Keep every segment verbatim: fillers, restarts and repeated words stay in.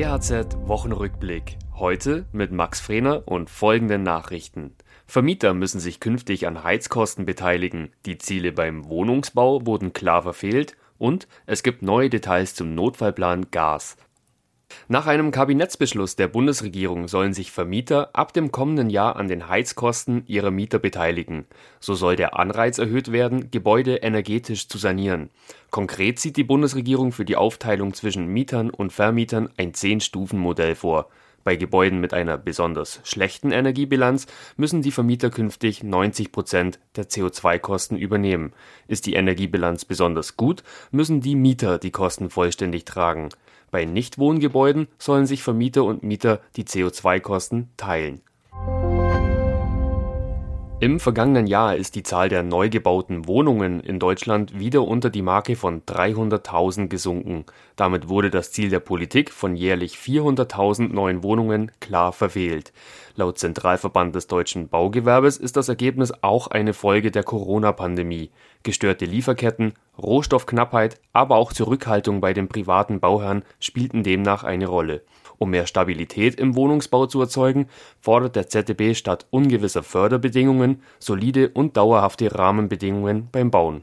D H Z Wochenrückblick. Heute mit Max Frehner und folgenden Nachrichten. Vermieter müssen sich künftig an Heizkosten beteiligen. Die Ziele beim Wohnungsbau wurden klar verfehlt und es gibt neue Details zum Notfallplan Gas. Nach einem Kabinettsbeschluss der Bundesregierung sollen sich Vermieter ab dem kommenden Jahr an den Heizkosten ihrer Mieter beteiligen. So soll der Anreiz erhöht werden, Gebäude energetisch zu sanieren. Konkret sieht die Bundesregierung für die Aufteilung zwischen Mietern und Vermietern ein Zehn-Stufen-Modell vor. Bei Gebäuden mit einer besonders schlechten Energiebilanz müssen die Vermieter künftig neunzig Prozent der C O zwei Kosten übernehmen. Ist die Energiebilanz besonders gut, müssen die Mieter die Kosten vollständig tragen. Bei Nichtwohngebäuden sollen sich Vermieter und Mieter die C O zwei Kosten teilen. Im vergangenen Jahr ist die Zahl der neu gebauten Wohnungen in Deutschland wieder unter die Marke von dreihunderttausend gesunken. Damit wurde das Ziel der Politik von jährlich vierhunderttausend neuen Wohnungen klar verfehlt. Laut Zentralverband des deutschen Baugewerbes ist das Ergebnis auch eine Folge der Corona-Pandemie. Gestörte Lieferketten, Rohstoffknappheit, aber auch Zurückhaltung bei den privaten Bauherren spielten demnach eine Rolle. Um mehr Stabilität im Wohnungsbau zu erzeugen, fordert der Z D B statt ungewisser Förderbedingungen solide und dauerhafte Rahmenbedingungen beim Bauen.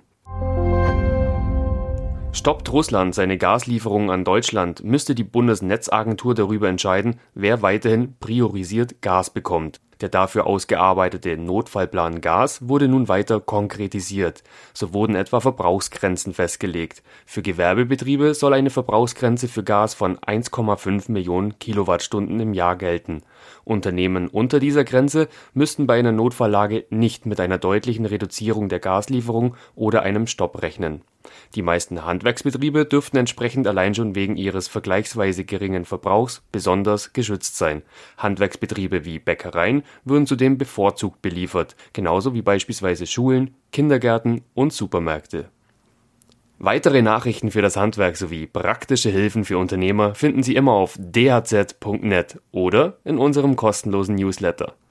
Stoppt Russland seine Gaslieferungen an Deutschland, müsste die Bundesnetzagentur darüber entscheiden, wer weiterhin priorisiert Gas bekommt. Der dafür ausgearbeitete Notfallplan Gas wurde nun weiter konkretisiert. So wurden etwa Verbrauchsgrenzen festgelegt. Für Gewerbebetriebe soll eine Verbrauchsgrenze für Gas von eins Komma fünf Millionen Kilowattstunden im Jahr gelten. Unternehmen unter dieser Grenze müssten bei einer Notfalllage nicht mit einer deutlichen Reduzierung der Gaslieferung oder einem Stopp rechnen. Die meisten Handwerksbetriebe dürften entsprechend allein schon wegen ihres vergleichsweise geringen Verbrauchs besonders geschützt sein. Handwerksbetriebe wie Bäckereien würden zudem bevorzugt beliefert, genauso wie beispielsweise Schulen, Kindergärten und Supermärkte. Weitere Nachrichten für das Handwerk sowie praktische Hilfen für Unternehmer finden Sie immer auf d h z punkt net oder in unserem kostenlosen Newsletter.